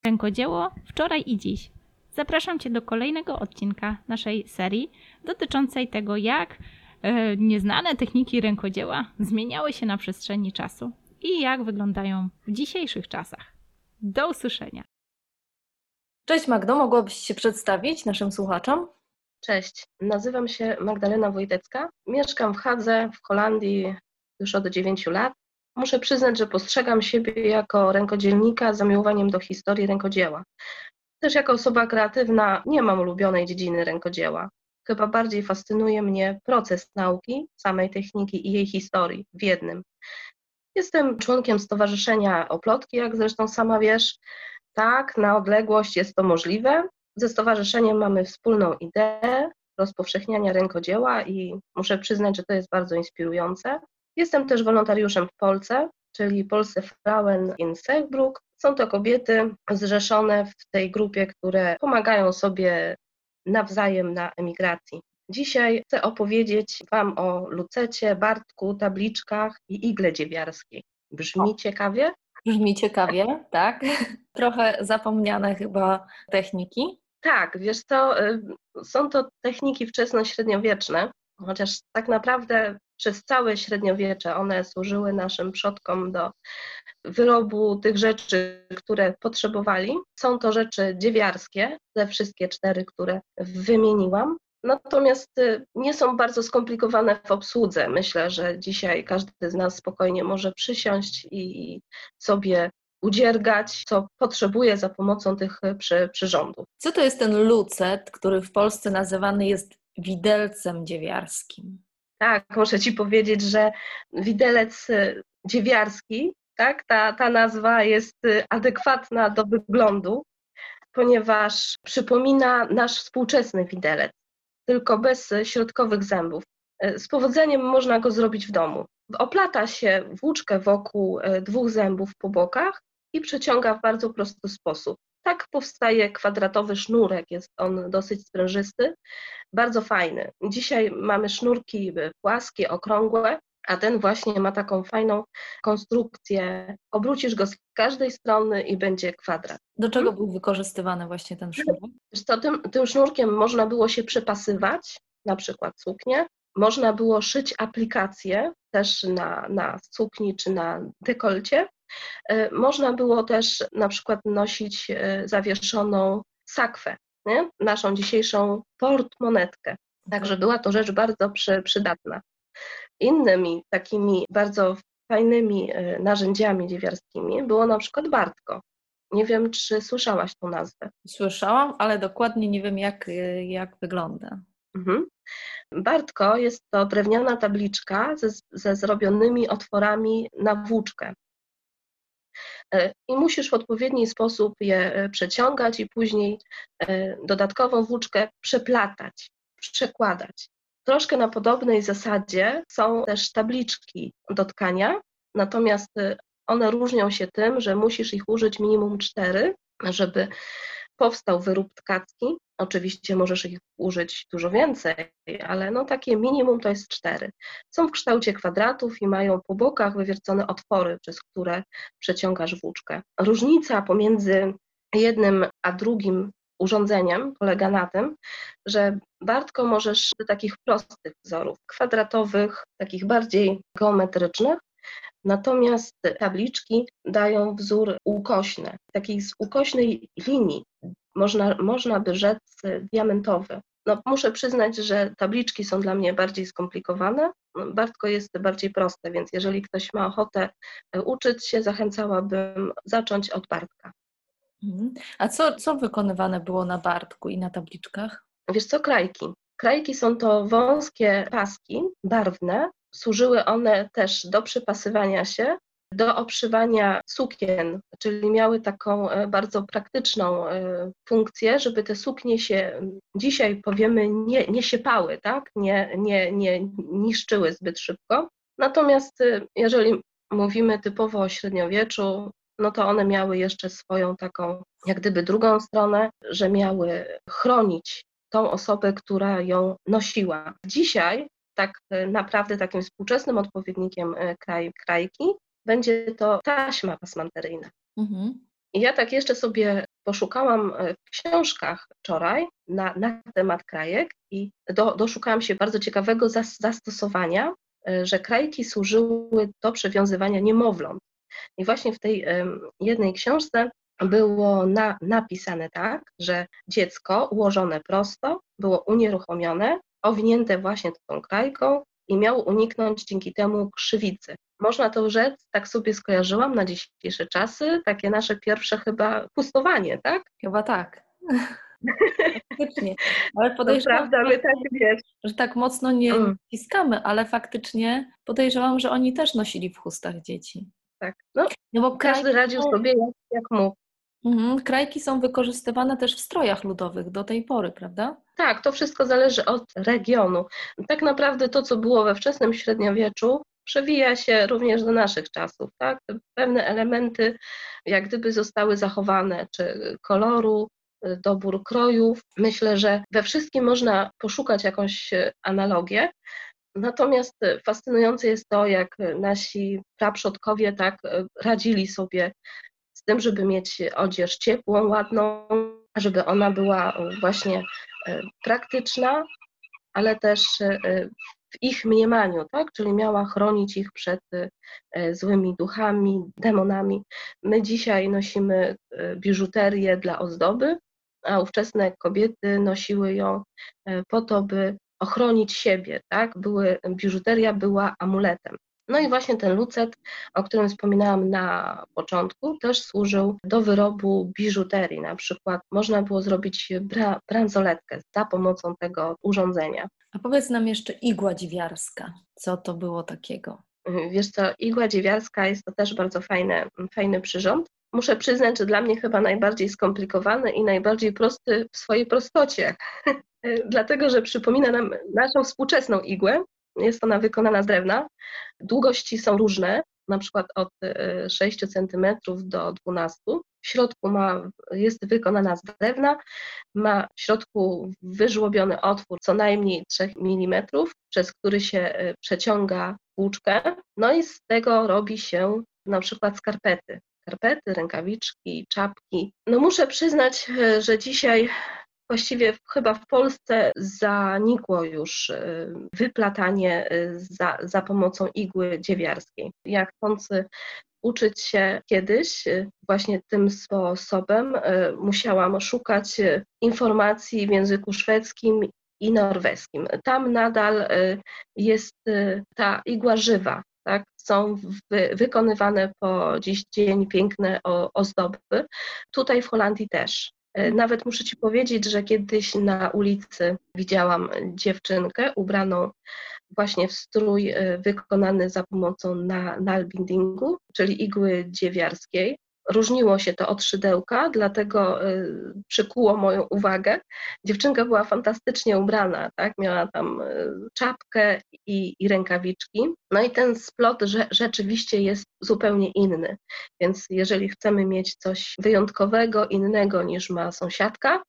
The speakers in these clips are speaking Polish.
Rękodzieło wczoraj i dziś. Zapraszam Cię do kolejnego odcinka naszej serii dotyczącej tego, jak nieznane techniki rękodzieła zmieniały się na przestrzeni czasu i jak wyglądają w dzisiejszych czasach. Do usłyszenia. Cześć Magdo, mogłabyś się przedstawić naszym słuchaczom? Cześć, nazywam się Magdalena Wojtecka. Mieszkam w Hadze, w Holandii już od 9 lat. Muszę przyznać, że postrzegam siebie jako rękodzielnika z zamiłowaniem do historii rękodzieła. Też jako osoba kreatywna nie mam ulubionej dziedziny rękodzieła. Chyba bardziej fascynuje mnie proces nauki, samej techniki i jej historii w jednym. Jestem członkiem Stowarzyszenia Oplotki, jak zresztą sama wiesz. Tak, na odległość jest to możliwe. Ze stowarzyszeniem mamy wspólną ideę rozpowszechniania rękodzieła i muszę przyznać, że to jest bardzo inspirujące. Jestem też wolontariuszem w Polce, czyli Polsce Frauen in Zeebrugg. Są to kobiety zrzeszone w tej grupie, które pomagają sobie nawzajem na emigracji. Dzisiaj chcę opowiedzieć Wam o lucecie, bartku, tabliczkach i igle dziewiarskiej. Brzmi ciekawie? Brzmi ciekawie, tak? Trochę zapomniane chyba techniki. Tak, wiesz co, są to techniki wczesnośredniowieczne, chociaż tak naprawdę przez całe średniowiecze one służyły naszym przodkom do wyrobu tych rzeczy, które potrzebowali. Są to rzeczy dziewiarskie, te wszystkie 4, które wymieniłam. Natomiast nie są bardzo skomplikowane w obsłudze. Myślę, że dzisiaj każdy z nas spokojnie może przysiąść i sobie udziergać, co potrzebuje za pomocą tych przyrządów. Co to jest ten lucet, który w Polsce nazywany jest widelcem dziewiarskim? Tak, muszę Ci powiedzieć, że widelec dziewiarski, tak, ta nazwa jest adekwatna do wyglądu, ponieważ przypomina nasz współczesny widelec, tylko bez środkowych zębów. Z powodzeniem można go zrobić w domu. Oplata się włóczkę wokół 2 zębów po bokach i przeciąga w bardzo prosty sposób. Tak powstaje kwadratowy sznurek, jest on dosyć sprężysty, bardzo fajny. Dzisiaj mamy sznurki płaskie, okrągłe, a ten właśnie ma taką fajną konstrukcję. Obrócisz go z każdej strony i będzie kwadrat. Do czego był wykorzystywany właśnie ten sznurek? Wiesz co, tym sznurkiem można było się przepasywać, na przykład suknię. Można było szyć aplikacje też na sukni czy na dekolcie. Można było też na przykład nosić zawieszoną sakwę, nie? Naszą dzisiejszą portmonetkę. Także była to rzecz bardzo przydatna. Innymi takimi bardzo fajnymi narzędziami dziewiarskimi było na przykład bartko. Nie wiem, czy słyszałaś tą nazwę. Słyszałam, ale dokładnie nie wiem, jak wygląda. Bartko jest to drewniana tabliczka ze zrobionymi otworami na włóczkę. I musisz w odpowiedni sposób je przeciągać i później dodatkową włóczkę przeplatać, przekładać. Troszkę na podobnej zasadzie są też tabliczki do tkania, natomiast one różnią się tym, że musisz ich użyć minimum 4, żeby powstał wyrób tkacki. Oczywiście możesz ich użyć dużo więcej, ale no takie minimum to jest 4. Są w kształcie kwadratów i mają po bokach wywiercone otwory, przez które przeciągasz włóczkę. Różnica pomiędzy jednym a drugim urządzeniem polega na tym, że bartko możesz do takich prostych wzorów, kwadratowych, takich bardziej geometrycznych, natomiast tabliczki dają wzór ukośny, takiej z ukośnej linii, można by rzec diamentowy. No, muszę przyznać, że tabliczki są dla mnie bardziej skomplikowane, bartko jest bardziej proste, więc jeżeli ktoś ma ochotę uczyć się, zachęcałabym zacząć od bartka. A co wykonywane było na bartku i na tabliczkach? Wiesz co, krajki. Krajki są to wąskie paski barwne. Służyły one też do przypasywania się, do obszywania sukien, czyli miały taką bardzo praktyczną funkcję, żeby te suknie się, dzisiaj powiemy, nie siepały, tak? Nie niszczyły zbyt szybko. Natomiast jeżeli mówimy typowo o średniowieczu, no to one miały jeszcze swoją taką, jak gdyby drugą stronę, że miały chronić tą osobę, która ją nosiła. Dzisiaj tak naprawdę takim współczesnym odpowiednikiem krajki będzie to taśma pasmanteryjna. I ja tak jeszcze sobie poszukałam w książkach wczoraj na temat krajek i doszukałam się bardzo ciekawego zastosowania, że krajki służyły do przewiązywania niemowląt. I właśnie w tej jednej książce było napisane tak, że dziecko ułożone prosto było unieruchomione, owinięte właśnie tą krajką i miało uniknąć dzięki temu krzywicy. Można to rzec, tak sobie skojarzyłam na dzisiejsze czasy, takie nasze pierwsze chyba pustowanie, tak? Chyba tak. Faktycznie. Ale podejrzewam, Prawda, my tak wiesz. że tak mocno nie wciskamy, ale faktycznie podejrzewam, że oni też nosili w chustach dzieci. Tak. No, Bo każdy radził sobie jak mógł. Krajki są wykorzystywane też w strojach ludowych do tej pory, prawda? Tak, to wszystko zależy od regionu. Tak naprawdę to, co było we wczesnym średniowieczu, przewija się również do naszych czasów. Tak? Pewne elementy jak gdyby zostały zachowane, czy koloru, dobór krojów. Myślę, że we wszystkim można poszukać jakąś analogię. Natomiast fascynujące jest to, jak nasi praprzodkowie tak radzili sobie z tym, żeby mieć odzież ciepłą, ładną, żeby ona była właśnie praktyczna, ale też w ich mniemaniu, tak? Czyli miała chronić ich przed złymi duchami, demonami. My dzisiaj nosimy biżuterię dla ozdoby, a ówczesne kobiety nosiły ją po to, by ochronić siebie, tak? Biżuteria była amuletem. No i właśnie ten lucet, o którym wspominałam na początku, też służył do wyrobu biżuterii. Na przykład można było zrobić bransoletkę za pomocą tego urządzenia. A powiedz nam jeszcze igła dziwiarska. Co to było takiego? Wiesz co, igła dziewiarska jest to też bardzo fajny przyrząd. Muszę przyznać, że dla mnie chyba najbardziej skomplikowany i najbardziej prosty w swojej prostocie. Dlatego, że przypomina nam naszą współczesną igłę. Jest ona wykonana z drewna. Długości są różne, na przykład od 6 cm do 12. W środku jest wykonana z drewna, ma w środku wyżłobiony otwór co najmniej 3 mm, przez który się przeciąga włóczkę. No i z tego robi się na przykład skarpety, rękawiczki, czapki. No muszę przyznać, że dzisiaj właściwie chyba w Polsce zanikło już wyplatanie za pomocą igły dziewiarskiej. Ja chcąc uczyć się kiedyś właśnie tym sposobem, musiałam szukać informacji w języku szwedzkim i norweskim. Tam nadal jest ta igła żywa. Tak? Są wykonywane po dziś dzień piękne ozdoby. Tutaj w Holandii też. Nawet muszę Ci powiedzieć, że kiedyś na ulicy widziałam dziewczynkę ubraną właśnie w strój wykonany za pomocą nalbindingu, czyli igły dziewiarskiej. Różniło się to od szydełka, dlatego przykuło moją uwagę. Dziewczynka była fantastycznie ubrana, tak? Miała tam czapkę i rękawiczki. No i ten splot rzeczywiście jest zupełnie inny. Więc jeżeli chcemy mieć coś wyjątkowego, innego niż ma sąsiadka,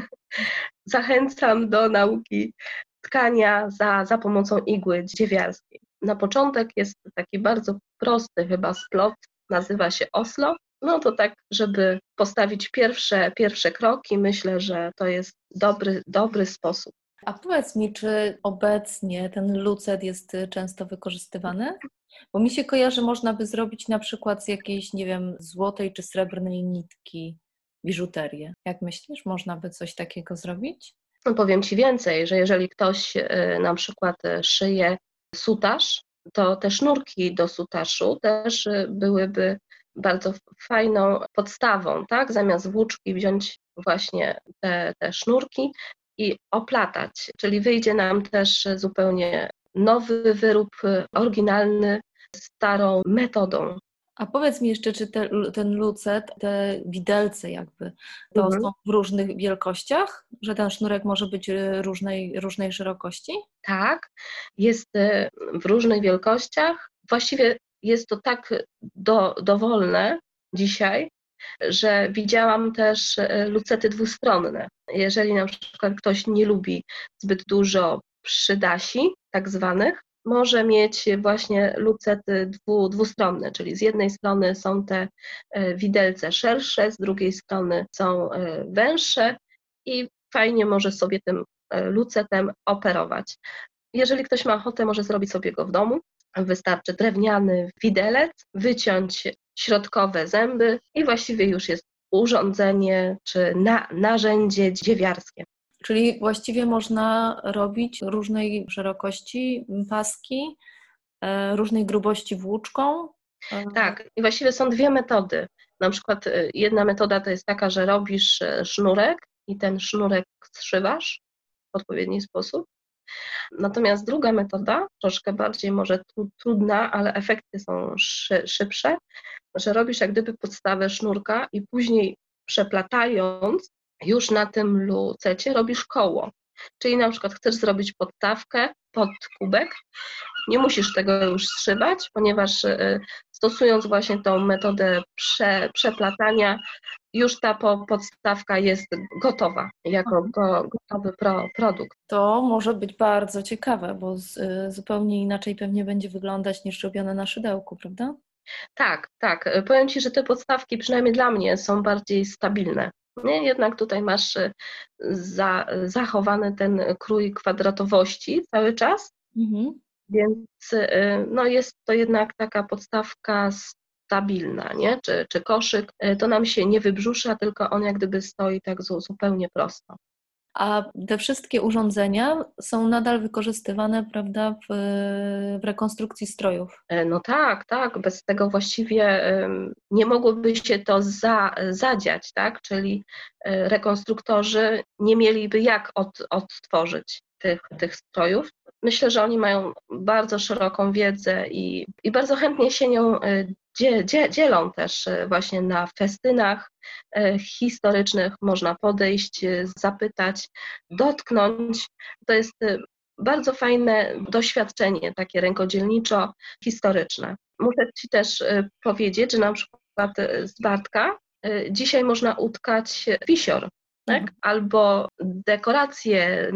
zachęcam do nauki tkania za pomocą igły dziewiarskiej. Na początek jest taki bardzo prosty chyba splot, nazywa się Oslo. No to tak, żeby postawić pierwsze kroki, myślę, że to jest dobry sposób. A powiedz mi, czy obecnie ten lucet jest często wykorzystywany? Bo mi się kojarzy, można by zrobić na przykład z jakiejś, nie wiem, złotej czy srebrnej nitki biżuterię. Jak myślisz, można by coś takiego zrobić? No powiem Ci więcej, że jeżeli ktoś na przykład szyje sutaż, to te sznurki do sutaszu też byłyby bardzo fajną podstawą, tak? Zamiast włóczki wziąć właśnie te sznurki i oplatać, czyli wyjdzie nam też zupełnie nowy wyrób, oryginalny, starą metodą. A powiedz mi jeszcze, czy ten lucet, te widelce jakby, to są w różnych wielkościach? Że ten sznurek może być różnej szerokości? Tak, jest w różnych wielkościach. Właściwie jest to tak dowolne dzisiaj, że widziałam też lucety dwustronne. Jeżeli na przykład ktoś nie lubi zbyt dużo przydasi, tak zwanych, może mieć właśnie lucety dwustronne, czyli z jednej strony są te widelce szersze, z drugiej strony są węższe i fajnie może sobie tym lucetem operować. Jeżeli ktoś ma ochotę, może zrobić sobie go w domu. Wystarczy drewniany widelec, wyciąć środkowe zęby i właściwie już jest urządzenie czy narzędzie dziewiarskie. Czyli właściwie można robić różnej szerokości paski, różnej grubości włóczką. Tak, i właściwie są dwie metody. Na przykład jedna metoda to jest taka, że robisz sznurek i ten sznurek zszywasz w odpowiedni sposób. Natomiast druga metoda, troszkę bardziej może trudna, ale efekty są szybsze, że robisz jak gdyby podstawę sznurka i później przeplatając już na tym lucecie robisz koło. Czyli na przykład chcesz zrobić podstawkę pod kubek, nie musisz tego już zszywać, ponieważ stosując właśnie tą metodę przeplatania, już ta podstawka jest gotowa, jako gotowy produkt. To może być bardzo ciekawe, bo zupełnie inaczej pewnie będzie wyglądać niż robione na szydełku, prawda? Tak, tak. Powiem Ci, że te podstawki przynajmniej dla mnie są bardziej stabilne. Nie? Jednak tutaj masz zachowany ten krój kwadratowości cały czas, więc no jest to jednak taka podstawka stabilna, nie? Czy koszyk, to nam się nie wybrzusza, tylko on jak gdyby stoi tak zupełnie prosto. A te wszystkie urządzenia są nadal wykorzystywane, prawda, w rekonstrukcji strojów? No tak, tak. Bez tego właściwie nie mogłoby się to zadziać, tak? Czyli rekonstruktorzy nie mieliby jak odtworzyć tych strojów. Myślę, że oni mają bardzo szeroką wiedzę i bardzo chętnie się nią dzielą też właśnie na festynach historycznych. Można podejść, zapytać, dotknąć. To jest bardzo fajne doświadczenie, takie rękodzielniczo-historyczne. Muszę Ci też powiedzieć, że na przykład z Bartka dzisiaj można utkać wisior, tak? Albo dekorację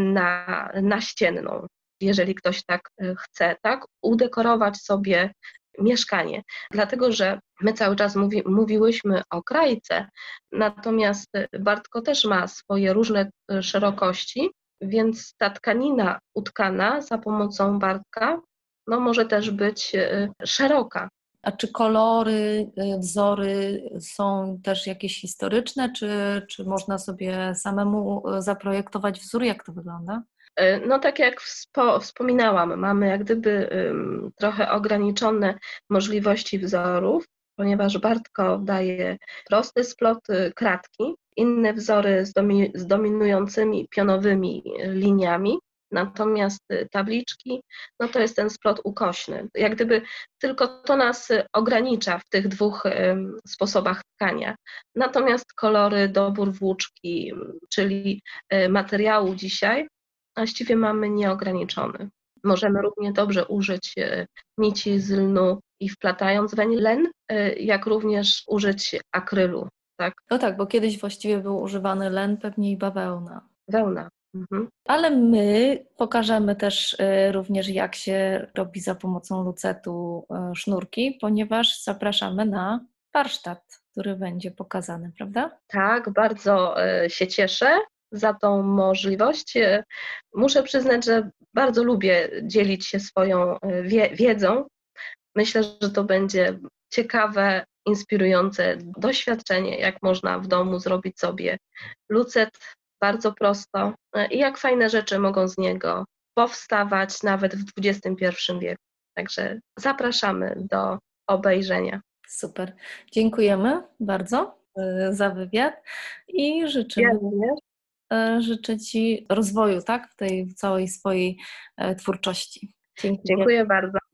naścienną, jeżeli ktoś tak chce, tak? Udekorować sobie mieszkanie. Dlatego, że my cały czas mówiłyśmy o krajce, natomiast Bartko też ma swoje różne szerokości, więc ta tkanina utkana za pomocą Bartka no, może też być szeroka. A czy kolory, wzory są też jakieś historyczne, czy można sobie samemu zaprojektować wzór? Jak to wygląda? No tak jak wspominałam, mamy jak gdyby trochę ograniczone możliwości wzorów, ponieważ Bartko daje prosty splot kratki, inne wzory z dominującymi pionowymi liniami, natomiast tabliczki, no to jest ten splot ukośny. Jak gdyby tylko to nas ogranicza w tych dwóch sposobach tkania. Natomiast kolory, dobór włóczki, czyli materiału dzisiaj, właściwie mamy nieograniczony. Możemy równie dobrze użyć nici z lnu i wplatając weń len, jak również użyć akrylu. Tak? No tak, bo kiedyś właściwie był używany len, pewnie i bawełna. Wełna. Mhm. Ale my pokażemy też również, jak się robi za pomocą lucetu sznurki, ponieważ zapraszamy na warsztat, który będzie pokazany, prawda? Tak, bardzo się cieszę za tą możliwość. Muszę przyznać, że bardzo lubię dzielić się swoją wiedzą. Myślę, że to będzie ciekawe, inspirujące doświadczenie, jak można w domu zrobić sobie lucet bardzo prosto i jak fajne rzeczy mogą z niego powstawać nawet w XXI wieku. Także zapraszamy do obejrzenia. Super. Dziękujemy bardzo za wywiad i życzę Ci rozwoju, tak, w tej całej swojej twórczości. Dziękuję bardzo.